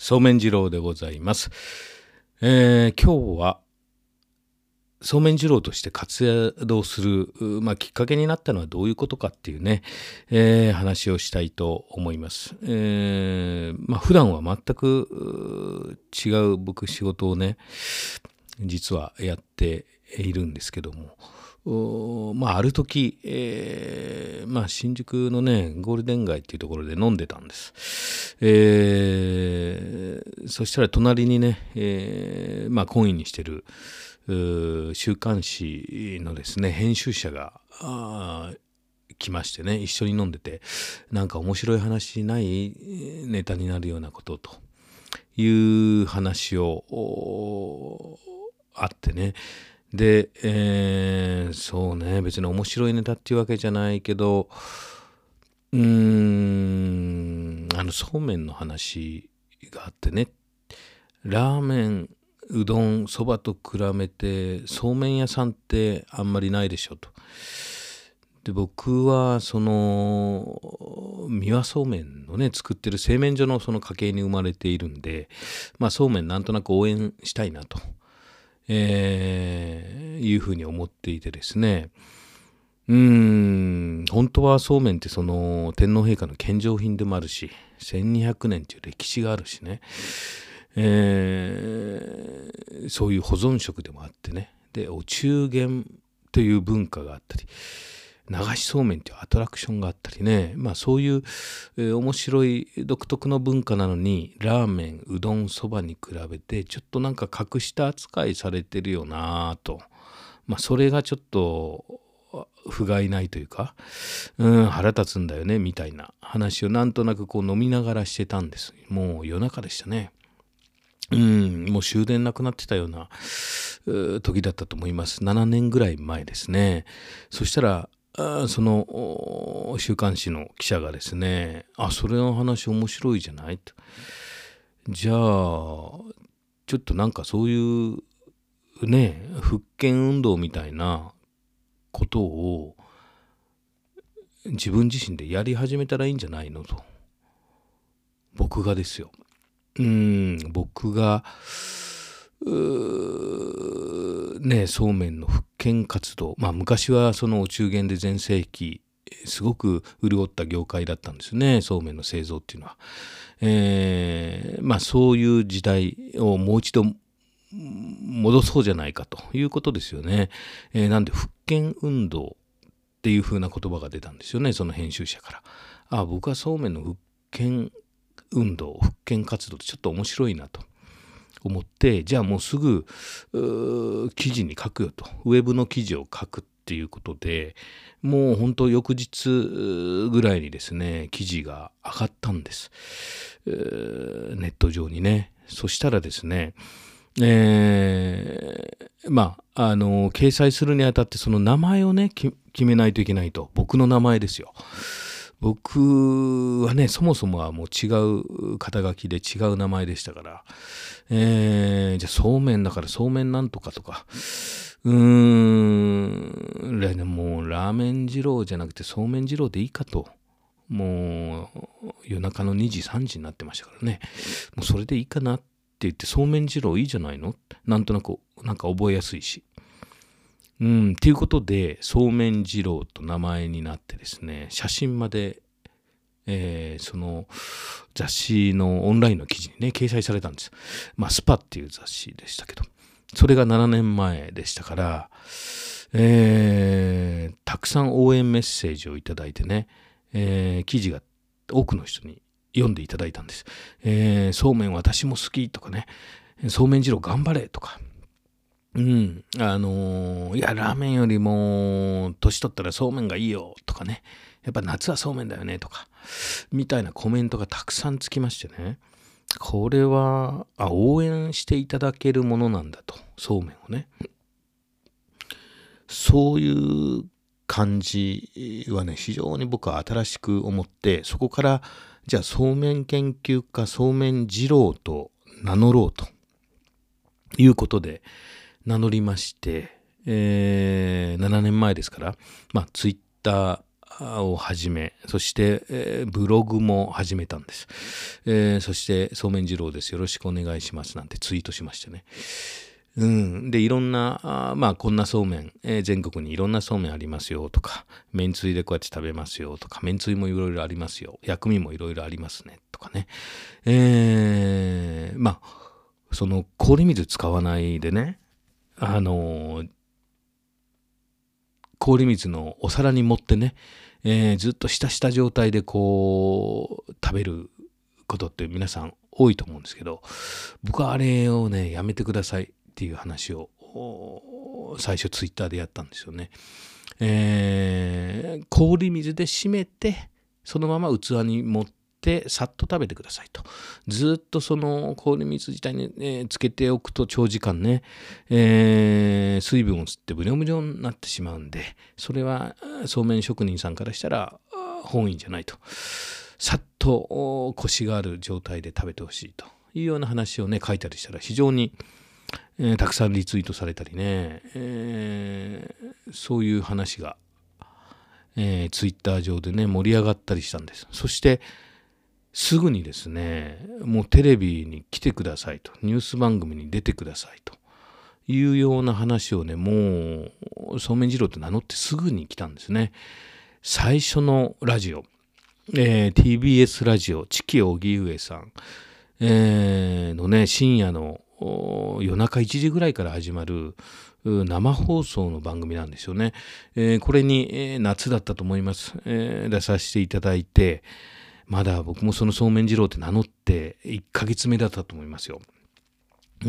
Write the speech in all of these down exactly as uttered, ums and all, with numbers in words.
そうめん二郎でございます。えー今日はそうめん二郎として活動する、うまあ、きっかけになったのはどういうことかっていうね、えー話をしたいと思います。えーまあ、普段は全くう違う僕仕事をね、実はやっているんですけども、おまあ、ある時、えーまあ、新宿のねゴールデン街っていうところで飲んでたんです。えーそしたら隣にね、えーまあ、懇意にしてるうー週刊誌のですね編集者があー来ましてね、一緒に飲んでて、なんか面白い話ないネタになるようなことという話をおあってね。で、えーそうね、別に面白いネタっていうわけじゃないけど、うーん、あの、そうめんの話があってね、ラーメン、うどん、そばと比べて、そうめん屋さんってあんまりないでしょと。で、僕は、その、三輪そうめんのね、作ってる製麺所のその家系に生まれているんで、まあ、そうめんなんとなく応援したいなと。えーいうふうに思っていてですね、うーん本当はそうめんってその天皇陛下の献上品でもあるし、せんにひゃくねんっていう歴史があるしね、えーそういう保存食でもあってね、でお中元という文化があったり、流しそうめんというアトラクションがあったりね、まあそういう、えー面白い独特の文化なのに、ラーメン、うどん、そばに比べてちょっとなんか格下扱いされてるよなぁと。まあそれがちょっと不甲斐ないというか、うん、腹立つんだよねみたいな話をなんとなくこう飲みながらしてたんです。もう夜中でしたね。うん、もう終電なくなってたようなう時だったと思います。ななねんぐらい前ですね。そしたら、あそのお週刊誌の記者がですね、あ、それの話面白いじゃないと。じゃあ、ちょっとなんかそういうね、復権運動みたいなことを自分自身でやり始めたらいいんじゃないのと。僕がですよ。うーん、僕が、うーね、そうめんの復権活動。まあ昔はそのお中元で全盛期、すごく潤った業界だったんですね。そうめんの製造っていうのは。えーまあそういう時代をもう一度戻そうじゃないかということですよね。えーなんで復権運動っていう風な言葉が出たんですよね、その編集者から。あ、僕はそうめんの復権運動、復権活動ってちょっと面白いなと思って、じゃあもうすぐう記事に書くよと、ウェブの記事を書くっていうことで、もう本当翌日ぐらいにですね、記事が上がったんです。ネット上にね。そしたらですね、えーまあ、あの、掲載するにあたってその名前をね、き決めないといけないと。僕の名前ですよ。僕はね、そもそもはもう違う肩書きで違う名前でしたから、えーじゃあそうめんだからそうめんなんとかとか、うーん、来年もうラーメン二郎じゃなくてそうめん二郎でいいかと。もう夜中のにじさんじになってましたからね。もうそれでいいかなって言って、そうめん二郎いいじゃないの、なんとなくなんか覚えやすいし。うん、っていうことでそうめん二郎と名前になってですね、写真まで、えーその雑誌のオンラインの記事にね掲載されたんです。まあスパっていう雑誌でしたけど、それがななねんまえでしたから、えーたくさん応援メッセージをいただいてね、えー記事が多くの人に読んでいただいたんです。えーそうめん私も好きとかね、そうめん二郎頑張れとか、うん、あのーいやラーメンよりも年取ったらそうめんがいいよとかね、やっぱ夏はそうめんだよねとかみたいなコメントがたくさんつきましてね、これはあ応援していただけるものなんだと、そうめんをね、そういう感じはね非常に僕は新しく思って、そこからじゃあそうめん研究家そうめん二郎と名乗ろうということで名乗りまして、えーななねんまえですから、まあツイッタを始め、そして、えー、ブログも始めたんです。えー、そしてそうめん二郎です、よろしくお願いしますなんてツイートしましてね。うん、でいろんなあまあこんなそうめん、えー、全国にいろんなそうめんありますよとか、めんつゆでこうやって食べますよとか、めんつゆもいろいろありますよ、薬味もいろいろありますねとかね、えー、まあその氷水使わないでね、あのー、氷水のお皿に盛ってね、えー、ずっと浸した状態でこう食べることって皆さん多いと思うんですけど、僕はあれをねやめてくださいっていう話を最初ツイッターでやったんですよね。えー、氷水で締めてそのまま器に盛ってさっと食べてくださいと。ずっとその氷水自体に、ね、つけておくと長時間ね、えー、水分を吸ってブニョブニョになってしまうんで、それはそうめん職人さんからしたら本意じゃないと。さっとコシがある状態で食べてほしいというような話をね書いたりしたら非常に、えー、たくさんリツイートされたりね、えー、そういう話が、えー、ツイッター上でね盛り上がったりしたんです。そしてすぐにですね、もうテレビに来てくださいと、ニュース番組に出てくださいというような話をね、もうそうめん二郎と名乗ってすぐに来たんですね。最初のラジオ、えー、ティービーエス ラジオチキ荻上さん、えー、のね深夜の夜中いちじぐらいから始まる生放送の番組なんですよね。えー、これに、えー、夏だったと思います、えー、出させていただいて、まだ僕もそのそうめん二郎って名乗っていっかげつめだったと思いますよ。うん、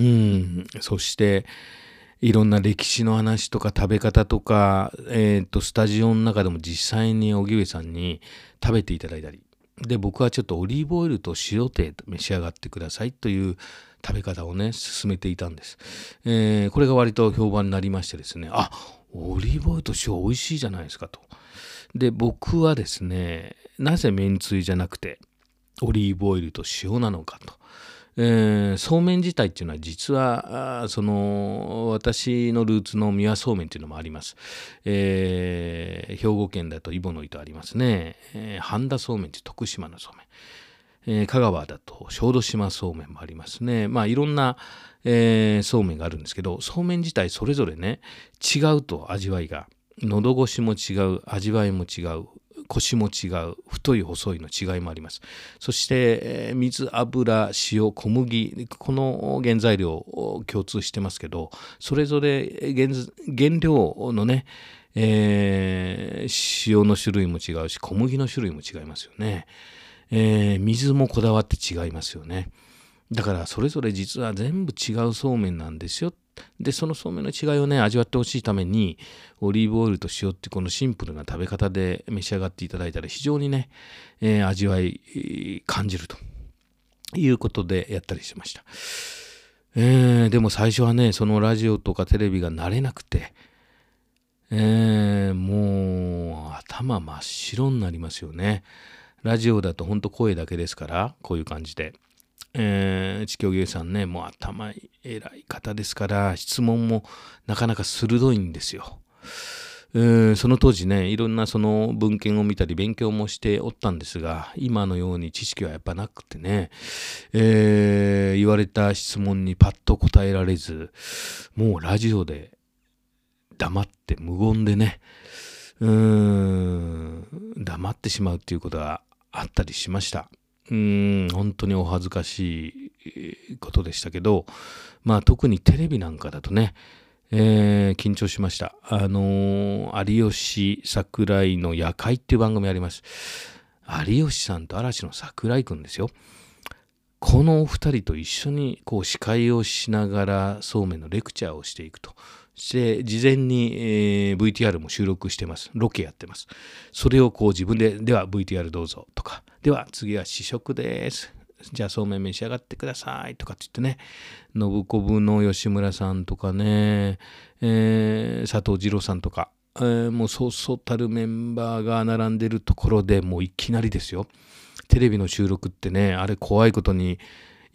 そしていろんな歴史の話とか食べ方とか、えー、とスタジオの中でも実際に荻上さんに食べていただいたりで、僕はちょっとオリーブオイルと塩で召し上がってくださいという食べ方をね勧めていたんです。えー、これが割と評判になりましてですね、あ、オリーブオイルと塩美味しいじゃないですかと。で僕はですね、なぜめんつゆじゃなくてオリーブオイルと塩なのかと。えー、そうめん自体っていうのは実はその私のルーツの三輪そうめんっていうのもあります。えー、兵庫県だと揖保乃糸ありますね。えー、半田そうめんって徳島のそうめん、えー、香川だと小豆島そうめんもありますね。まあいろんな、えー、そうめんがあるんですけど、そうめん自体それぞれね違うと、味わいが喉越しも違う、味わいも違う、コシも違う、太い細いの違いもあります。そして、えー、水、油、塩、小麦、この原材料共通してますけど、それぞれ 原, 原料のね、えー、塩の種類も違うし、小麦の種類も違いますよね。えー、水もこだわって違いますよね。だからそれぞれ実は全部違うそうめんなんですよ。でそのそうめんの違いをね味わってほしいためにオリーブオイルと塩ってこのシンプルな食べ方で召し上がっていただいたら非常にね、えー、味わい感じるということでやったりしました。えー、でも最初はねそのラジオとかテレビが慣れなくて、えー、もう頭真っ白になりますよね。ラジオだとほんと声だけですから、こういう感じでえー、地球芸さんね、もう頭偉い方ですから、質問もなかなか鋭いんですよ。えー、その当時ね、いろんなその文献を見たり勉強もしておったんですが、今のように知識はやっぱなくてね、えー、言われた質問にパッと答えられず、もうラジオで黙って無言でね、うーん、黙ってしまうっていうことがあったりしました。うーん本当にお恥ずかしいことでしたけど、まあ特にテレビなんかだとね、えー、緊張しました。あのー、有吉桜井の夜会っていう番組あります。有吉さんと嵐の桜井くんですよ。このお二人と一緒にこう司会をしながらそうめんのレクチャーをしていくと。して事前に、えー、ブイティーアール も収録してます。ロケやってます。それをこう自分ででは ブイティーアール どうぞとか、では次は試食です、じゃあそうめん召し上がってくださいとかって言ってね、信子部の吉村さんとかね、えー、佐藤二郎さんとか、えー、もうそうそうたるメンバーが並んでるところでもういきなりですよ。テレビの収録ってね、あれ怖いことに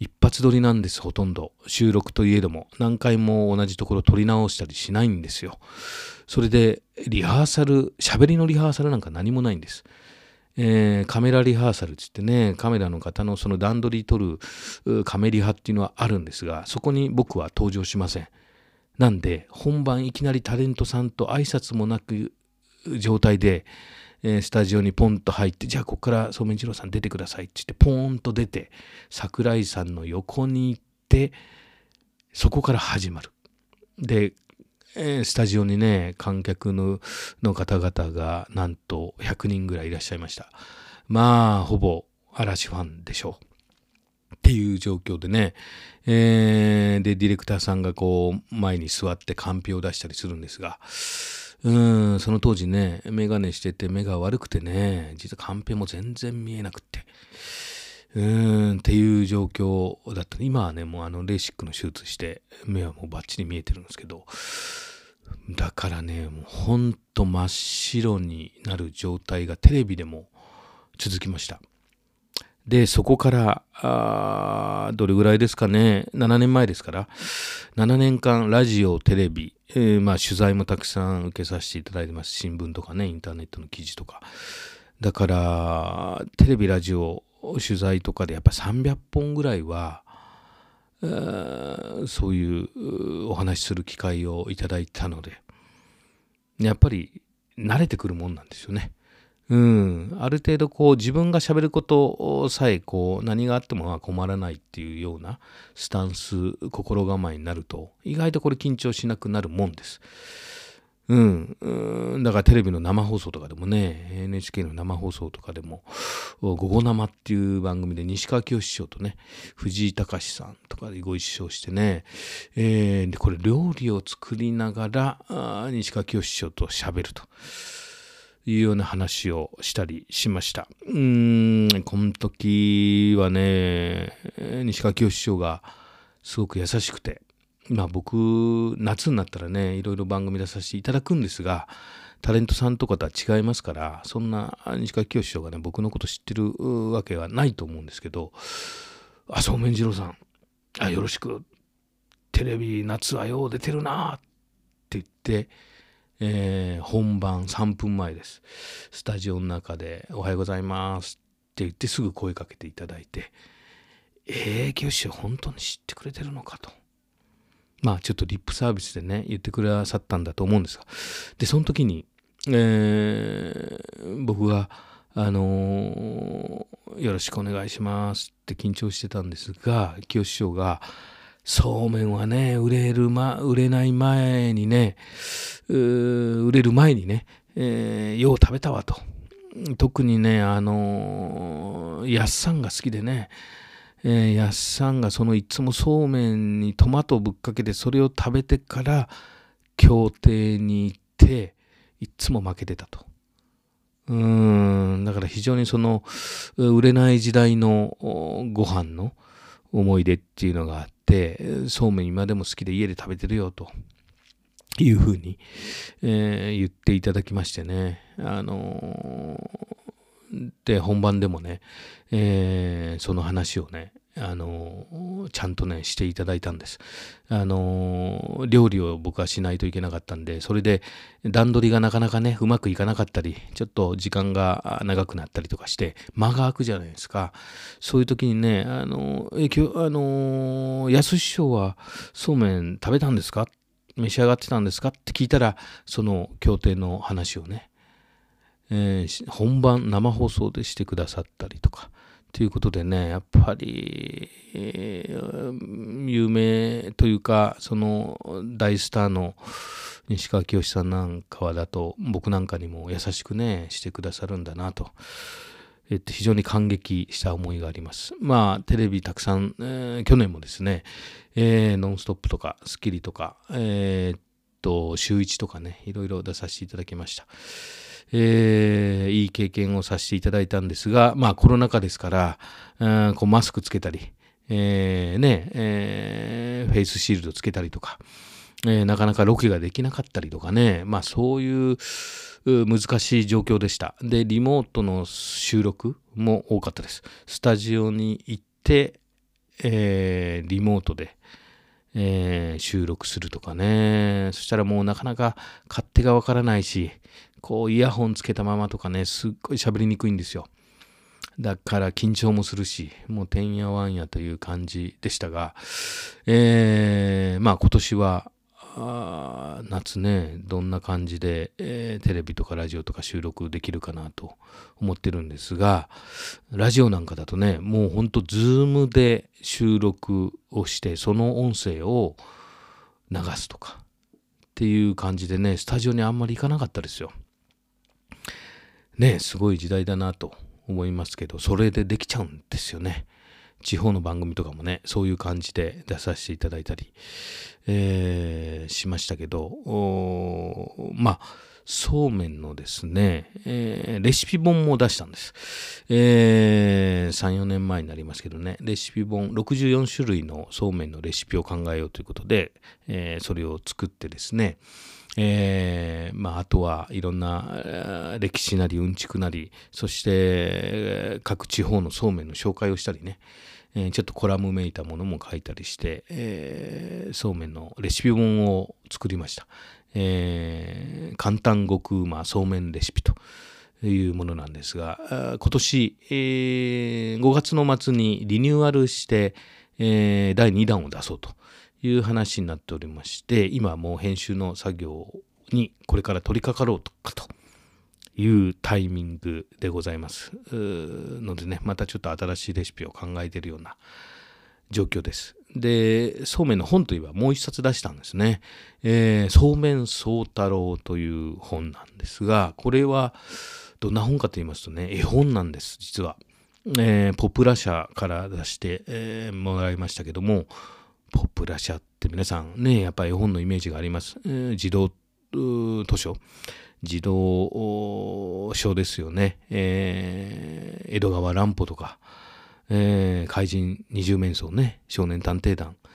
一発撮りなんです。ほとんど収録といえども何回も同じところ撮り直したりしないんですよ。それでリハーサル、喋りのリハーサルなんか何もないんです。えーカメラリハーサルつってね、カメラの方のその段取り撮るうカメリハっていうのはあるんですが、そこに僕は登場しません。なんで本番いきなりタレントさんと挨拶もなく状態で、えースタジオにポンと入って、じゃあここからそうめん二郎さん出てくださいって言ってポーンと出て、桜井さんの横に行って、そこから始まる。で、えースタジオにね、観客のの方々がなんとひゃくにんぐらいいらっしゃいました。まあほぼ嵐ファンでしょうっていう状況でね、えーでディレクターさんがこう前に座ってカンペを出したりするんですが、うーんその当時ね、眼鏡してて目が悪くてね、実はカンペも全然見えなくって、うーんっていう状況だった。今はね、もうあのレーシックの手術して目はもうバッチリ見えてるんですけど、だからね、もうほんと真っ白になる状態がテレビでも続きました。で、そこから、あーどれぐらいですかね、ななねんまえですから、ななねんかんラジオ、テレビ、えーまあ取材もたくさん受けさせていただいてます。新聞とかね、インターネットの記事とか。だから、テレビ、ラジオ、取材とかでやっぱさんびゃっぽんぐらいは、えーそういううお話しする機会をいただいたので、やっぱり慣れてくるもんなんですよね。うん、ある程度こう自分が喋ることさえこう何があってもまあ困らないっていうようなスタンス、心構えになると意外とこれ緊張しなくなるもんです。うん、うんだからテレビの生放送とかでもね、エヌエイチケー の生放送とかでも「午後生」っていう番組で西川きよし師匠とね、藤井隆さんとかでご一緒してね、えーでこれ料理を作りながらあー西川きよし師匠と喋るというような話をしたりしました。うーんこの時はね、西川きよし師匠がすごく優しくて、まあ僕夏になったらね、いろいろ番組出させていただくんですが、タレントさんとかとは違いますから、そんな西川きよし師匠がね、僕のこと知ってるわけはないと思うんですけど、あ、そうめん二郎さん、あ、よろしく、テレビ夏はよう出てるなって言って、えー本番さんぷんまえです。スタジオの中でおはようございますって言ってすぐ声かけていただいて、えー、きよし師匠本当に知ってくれてるのかと。まあちょっとリップサービスでね、言ってくださったんだと思うんですが。で、その時に、えー僕が、あのーよろしくお願いしますって緊張してたんですが、きよし師匠が、そうめんはね、売れる、ま、売れない前にね、うー売れる前にね、えーよう食べたわと。特にね、あのー、やっさんが好きでね、えーやっさんがそのいつもそうめんにトマトをぶっかけてそれを食べてから競艇に行っていつも負けてたと。うーんだから非常にその売れない時代のおご飯の思い出っていうのがあって、そうめん今でも好きで家で食べてるよというふうに、えー言っていただきましてね、あのーで本番でもね、えーその話をね、あのーちゃんとねしていただいたんです。あのー料理を僕はしないといけなかったんで、それで段取りがなかなかねうまくいかなかったり、ちょっと時間が長くなったりとかして間が空くじゃないですか。そういう時にね、あのーえきょあのー安師匠はそうめん食べたんですか、召し上がってたんですかって聞いたら、その協定の話をね、えー本番生放送でしてくださったりとかということでね、やっぱり、えー有名というかその大スターの西川きよしさんなんかはだと僕なんかにも優しくねしてくださるんだなと、えっと、非常に感激した思いがあります。まあテレビたくさん、えー去年もですね、えーノンストップとかスッキリとか、えーっと週一とかね、いろいろ出させていただきました。えーいい経験をさせていただいたんですが、まあコロナ禍ですから、うんこうマスクつけたり、えーねえーフェイスシールドつけたりとか、えーなかなかロケができなかったりとかね、まあそういうう難しい状況でした。で、リモートの収録も多かったです。スタジオに行って、 えーリモートで、えー収録するとかね。そしたらもうなかなか勝手がわからないし、こうイヤホンつけたままとかね、すっごい喋りにくいんですよ。だから緊張もするし、もうてんやわんやという感じでしたが、えーまあ今年はあー夏ね、どんな感じで、えーテレビとかラジオとか収録できるかなと思ってるんですが、ラジオなんかだとね、もうほんとズームで収録をして、その音声を流すとかっていう感じでね、スタジオにあんまり行かなかったですよ。ね、すごい時代だなと思いますけど、それでできちゃうんですよね。地方の番組とかもね、そういう感じで出させていただいたり、えーしましたけど、おーまあ、そうめんのですね、えーレシピ本も出したんです。えーさん、よねんまえになりますけどね、レシピ本、ろくじゅうよんしゅるいのそうめんのレシピを考えようということで、えーそれを作ってですね、えーまあ、あとはいろんなえー歴史なりうんちくなり、そしてえー各地方のそうめんの紹介をしたりね、えーちょっとコラムめいたものも書いたりして、えーそうめんのレシピ本を作りました。えー簡単極うまそうめんレシピというものなんですが、あー今年、えーごがつの末にリニューアルして、えーだいにだんを出そうという話になっておりまして、今もう編集の作業にこれから取り掛かろうとかというタイミングでございますのでね、またちょっと新しいレシピを考えているような状況です。で、そうめんの本といえばもう一冊出したんですね。えー、そうめん宗太郎という本なんですが、これはどんな本かと言いますとね、絵本なんです、実は。えーポプラ社から出して、えーもらいましたけども、ポプラ社って皆さんね、やっぱり絵本のイメージがあります。えー児童図書、児童書ですよね。えー江戸川乱歩とか、えー怪人二十面相ね、少年探偵団、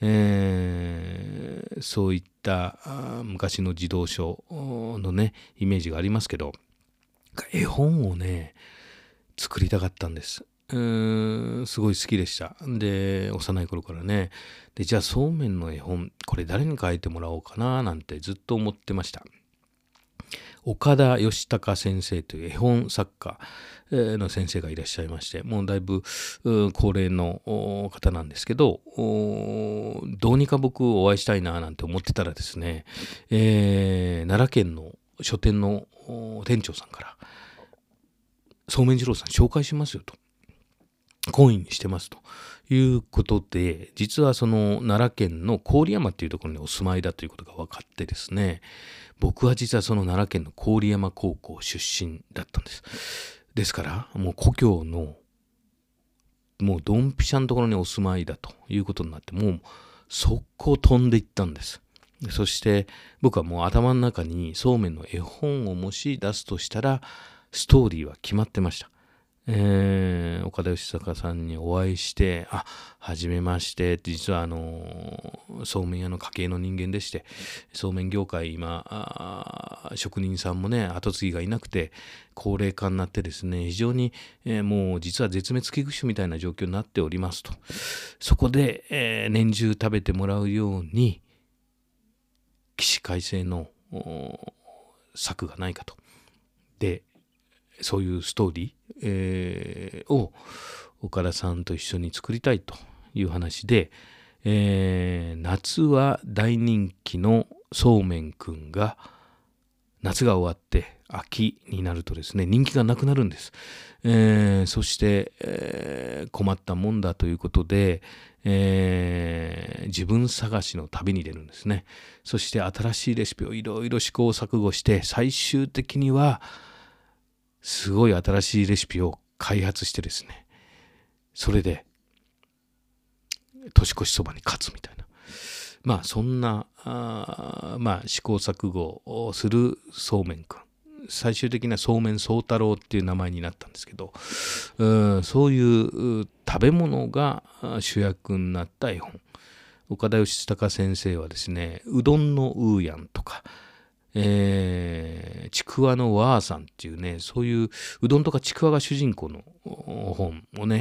えーそういった昔の児童書のね、イメージがありますけど、絵本をね、作りたかったんです。うーんすごい好きでした。で、幼い頃からね。で、じゃあそうめんの絵本、これ誰に書いてもらおうかななんてずっと思ってました。岡田義孝先生という絵本作家の先生がいらっしゃいまして、もうだいぶ高齢の方なんですけど、どうにか僕お会いしたいななんて思ってたらですね、えー奈良県の書店の店長さんから、そうめん二郎さん紹介しますよと。懇意にしてますということで、実はその奈良県の郡山っていうところにお住まいだということが分かってですね、僕は実はその奈良県の郡山高校出身だったんです。ですからもう故郷のもうドンピシャのところにお住まいだということになって、もう速攻飛んでいったんです。そして僕はもう頭の中にそうめんの絵本をもし出すとしたらストーリーは決まってました。えー岡田義孝さんにお会いして、あ、はじめましてって、実はあのそうめん屋の家系の人間でして、そうめん業界今あ職人さんもね後継ぎがいなくて高齢化になってですね、非常に、えーもう実は絶滅危惧種みたいな状況になっておりますと。そこで、えー年中食べてもらうように起死回生のお策がないかと。で、そういうストーリー、えーを岡田さんと一緒に作りたいという話で、えー夏は大人気のそうめんくんが夏が終わって秋になるとですね、人気がなくなるんです。えーそして、えー困ったもんだということで、えー自分探しの旅に出るんですね。そして新しいレシピをいろいろ試行錯誤して、最終的にはすごい新しいレシピを開発してですね、それで年越しそばに勝つみたいな、まあそんなあまあ試行錯誤をするそうめんくん、最終的なそうめん宗太郎っていう名前になったんですけど、うそういう食べ物が主役になった絵本。岡田義孝先生はですね、うどんのうーやんとか、えーちくわのわーさんっていうね、そういううどんとかちくわが主人公の本をね、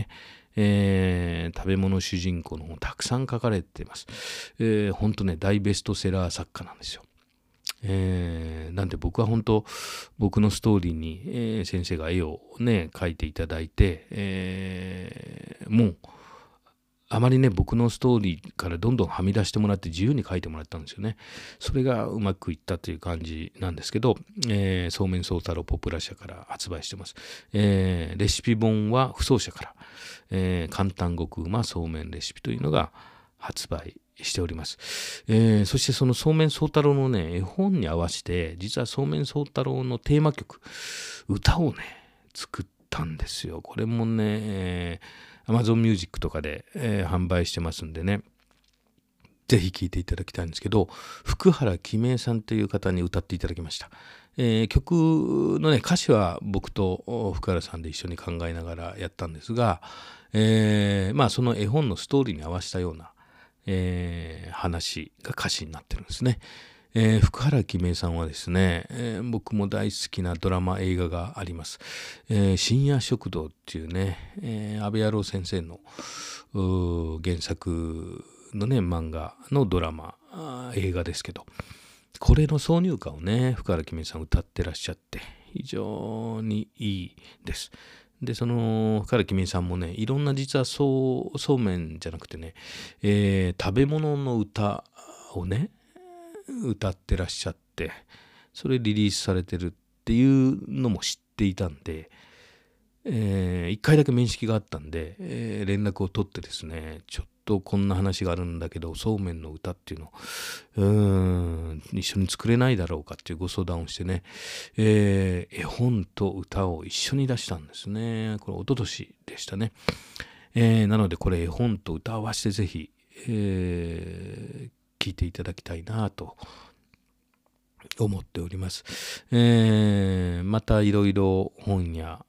えー、食べ物主人公の本たくさん書かれています。えー、本当ね大ベストセラー作家なんですよ。えー、なんで僕は本当僕のストーリーに、えー、先生が絵をね描いていただいて、えー、もうあまりね僕のストーリーからどんどんはみ出してもらって自由に描いてもらったんですよね。それがうまくいったという感じなんですけど、えー、そうめん宗太郎ポプラ社から発売してます。えー、レシピ本は不走社から、えー、簡単極うまそうめんレシピというのが発売しております。えー、そしてそのそうめん宗太郎のね絵本に合わせて実はそうめん宗太郎のテーマ曲歌をね作ったんですよ。これもね、えー、Amazon Music とかで、えー、販売してますんでねぜひ聴いていただきたいんですけど、福原紀明さんという方に歌っていただきました。えー、曲のね歌詞は僕と福原さんで一緒に考えながらやったんですが、えー、まあその絵本のストーリーに合わせたようなえー、話が歌詞になってるんですね。えー、福原紀明さんはですね、えー、僕も大好きなドラマ映画があります。えー、深夜食堂っていうね、えー、安倍野郎先生の原作のね漫画のドラマ映画ですけど、これの挿入歌をね福原紀明さん歌ってらっしゃって非常にいいです。でその福原紀明さんもねいろんな実はそうそうめんじゃなくてね、えー、食べ物の歌をね歌ってらっしゃって、それリリースされてるっていうのも知っていたんで、えー、いっかいだけ面識があったんで、えー、連絡を取ってですね、ちょっとこんな話があるんだけどそうめんの歌っていうのをうーん一緒に作れないだろうかっていうご相談をしてね、えー、絵本と歌を一緒に出したんですね。これ一昨年でしたね。えー、なのでこれ絵本と歌を合わせてぜひ、えー、聞いていただきたいなと思っております。えー、またいろいろ本や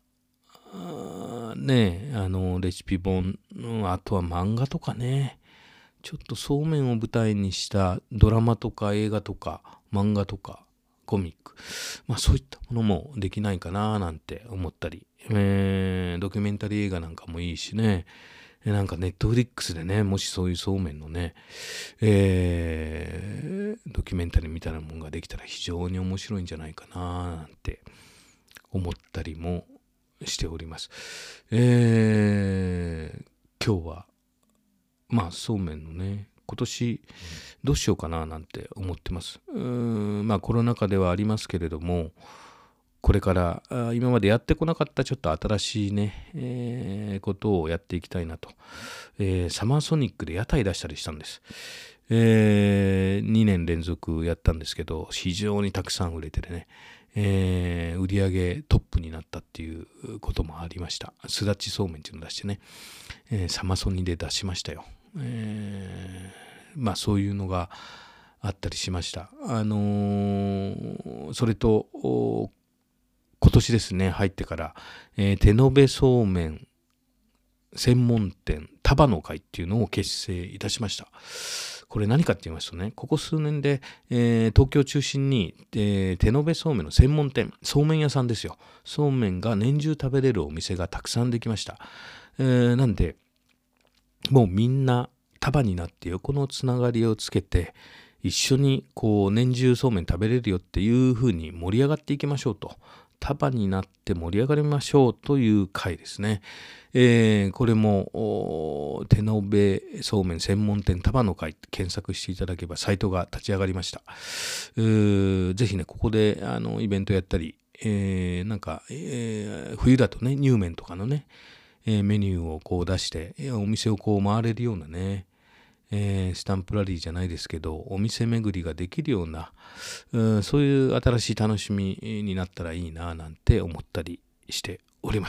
ねあのレシピ本、あとは漫画とかね、ちょっとそうめんを舞台にしたドラマとか映画とか漫画とかコミック、まあそういったものもできないかななんて思ったり、えー、ドキュメンタリー映画なんかもいいしね、なんかネットフリックスでねもしそういうそうめんのね、えー、ドキュメンタリーみたいなものができたら非常に面白いんじゃないかななんて思ったりもしております。えー、今日はまあそうめんのね今年どうしようかななんて思ってます。うーんまあコロナ禍ではありますけれども、これから今までやってこなかったちょっと新しいね、えー、ことをやっていきたいなと、えー、サマーソニックで屋台出したりしたんです。えー、にねん連続やったんですけど非常にたくさん売れてね、えー、売り上げトップになったっていうこともありました。すだちそうめんっていうのを出してね、えー、サマソニで出しましたよ。えー、まあそういうのがあったりしました。あのー、それと今年ですね入ってから、えー、手延べそうめん専門店束の会っていうのを結成いたしました。これ何かって言いますとね、ここ数年で、えー、東京を中心に、えー、手延べそうめんの専門店、そうめん屋さんですよ。そうめんが年中食べれるお店がたくさんできました。えー、なんでもうみんな束になって横のつながりをつけて一緒にこう年中そうめん食べれるよっていう風に盛り上がっていきましょうと、束になって盛り上がりましょうという会ですね。えー、これも手延べそうめん専門店束の会検索していただければサイトが立ち上がりました。ぜひねここであのイベントやったり、えー、なんか、えー、冬だとね乳麺とかのね、えー、メニューをこう出してお店をこう回れるようなね、えー、スタンプラリーじゃないですけどお店巡りができるような、うん、そういう新しい楽しみになったらいいななんて思ったりしております。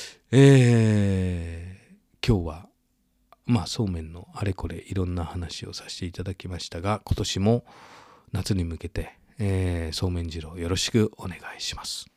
えー、今日はまあそうめんのあれこれいろんな話をさせていただきましたが、今年も夏に向けて、えー、そうめん二郎よろしくお願いします。